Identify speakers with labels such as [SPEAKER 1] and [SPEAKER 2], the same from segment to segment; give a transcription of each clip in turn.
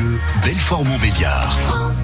[SPEAKER 1] Bleu, Belfort-Montbéliard.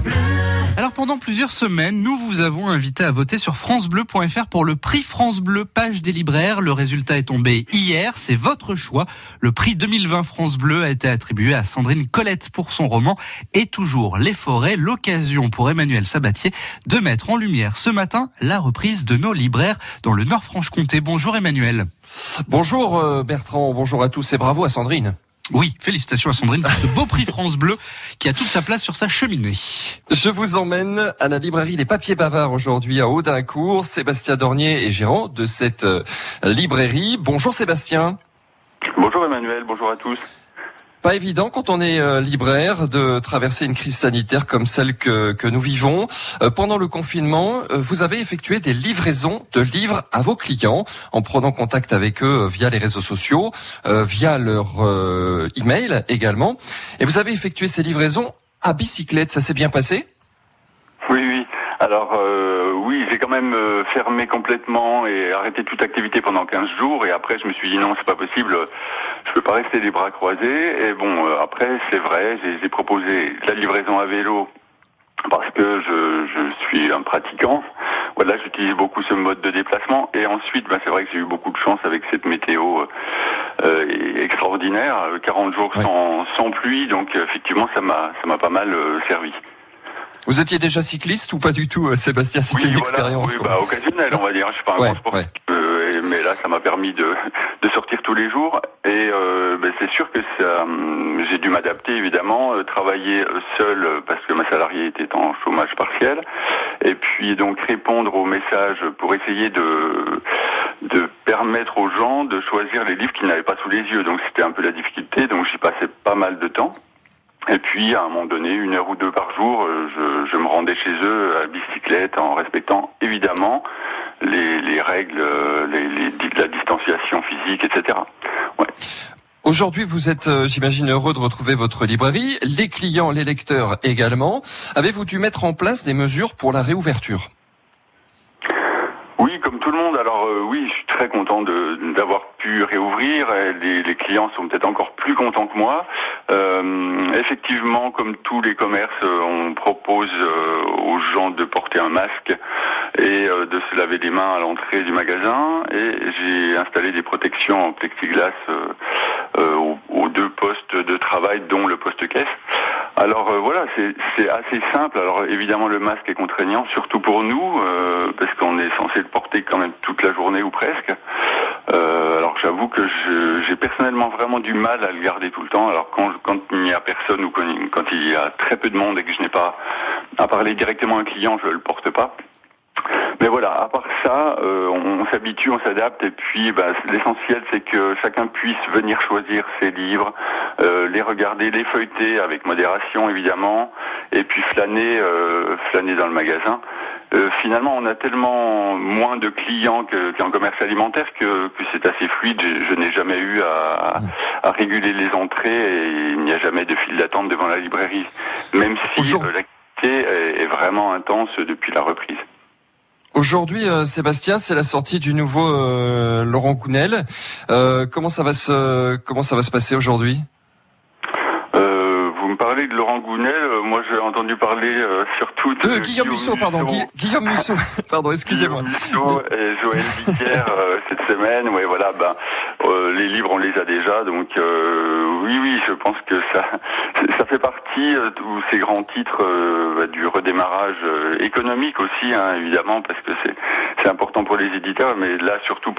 [SPEAKER 2] Alors pendant plusieurs semaines, nous vous avons invité à voter sur francebleu.fr pour le prix France Bleu Page des libraires. Le résultat est tombé hier, c'est votre choix. Le prix 2020 France Bleu a été attribué à Sandrine Colette pour son roman Et toujours les forêts, l'occasion pour Emmanuel Sabatier de mettre en lumière ce matin la reprise de nos libraires dans le Nord-Franche-Comté. Bonjour Emmanuel.
[SPEAKER 3] Bonjour Bertrand, bonjour à tous et bravo à Sandrine.
[SPEAKER 2] Oui, félicitations à Sandrine pour ce beau prix France Bleu qui a toute sa place sur sa cheminée.
[SPEAKER 3] Je vous emmène à la librairie Les Papiers Bavards aujourd'hui à Audincourt. Sébastien Dornier est gérant de cette librairie. Bonjour Sébastien.
[SPEAKER 4] Bonjour Emmanuel, bonjour à tous.
[SPEAKER 3] Pas évident quand on est libraire de traverser une crise sanitaire comme celle que nous vivons. Pendant le confinement, vous avez effectué des livraisons de livres à vos clients en prenant contact avec eux via les réseaux sociaux, via leur email également. Et vous avez effectué ces livraisons à bicyclette. Ça s'est bien passé ?
[SPEAKER 4] Oui. Alors oui, j'ai quand même fermé complètement et arrêté toute activité pendant 15 jours. Et après, je me suis dit non, c'est pas possible. Je peux pas rester les bras croisés. Et bon, après, c'est vrai, j'ai proposé la livraison à vélo parce que je suis un pratiquant. Voilà, j'utilise beaucoup ce mode de déplacement. Et ensuite, c'est vrai que j'ai eu beaucoup de chance avec cette météo extraordinaire, 40 jours sans pluie. Donc effectivement, ça m'a pas mal servi.
[SPEAKER 3] Vous étiez déjà cycliste ou pas du tout, Sébastien? C'était une expérience.
[SPEAKER 4] Oui, occasionnelle, on va dire. Je suis pas un grand sportif, mais là, ça m'a permis de sortir tous les jours. Et c'est sûr que j'ai dû m'adapter, évidemment, travailler seul parce que ma salariée était en chômage partiel, et puis donc répondre aux messages pour essayer de permettre aux gens de choisir les livres qu'ils n'avaient pas sous les yeux. Donc c'était un peu la difficulté. Donc j'y passais pas mal de temps. Et puis, à un moment donné, 1 heure ou 2 par jour, je me rendais chez eux à bicyclette en respectant évidemment les règles, la distanciation physique, etc. Ouais.
[SPEAKER 3] Aujourd'hui, vous êtes, j'imagine, heureux de retrouver votre librairie. Les clients, les lecteurs également. Avez-vous dû mettre en place des mesures pour la réouverture ?
[SPEAKER 4] Oui, comme tout le monde. Alors oui, je suis très content d'avoir pu réouvrir. Les clients sont peut-être encore plus contents que moi. Effectivement, comme tous les commerces, on propose aux gens de porter un masque et de se laver les mains à l'entrée du magasin. Et j'ai installé des protections en plexiglas aux 2 postes de travail, dont le poste caisse. Alors voilà, c'est assez simple. Alors évidemment, le masque est contraignant, surtout pour nous, parce qu'on est censé le porter quand même toute la journée ou presque. Alors j'avoue que j'ai personnellement vraiment du mal à le garder tout le temps. Alors quand il n'y a personne ou quand il y a très peu de monde et que je n'ai pas à parler directement à un client, je le porte pas. Mais voilà, à part ça, on s'habitue, on s'adapte, et puis l'essentiel c'est que chacun puisse venir choisir ses livres, les regarder, les feuilleter avec modération évidemment, et puis flâner dans le magasin. Finalement, on a tellement moins de clients qu'en commerce alimentaire que c'est assez fluide. Je n'ai jamais eu à réguler les entrées et il n'y a jamais de file d'attente devant la librairie, même si l'activité est vraiment intense depuis la reprise.
[SPEAKER 3] Aujourd'hui, Sébastien, c'est la sortie du nouveau Laurent Gounelle. Comment ça va se passer aujourd'hui ?
[SPEAKER 4] Vous me parlez de Laurent Gounelle, moi j'ai entendu parler surtout de
[SPEAKER 3] Guillaume Musso, pardon. Guillaume Musso, pardon, excusez-moi.
[SPEAKER 4] Guillaume Musso et Joël Dicker cette semaine, ouais, voilà, les livres on les a déjà, donc oui, je pense que ça fait partie tous ces grands titres du redémarrage économique aussi, hein, évidemment, parce que c'est important pour les éditeurs, mais là surtout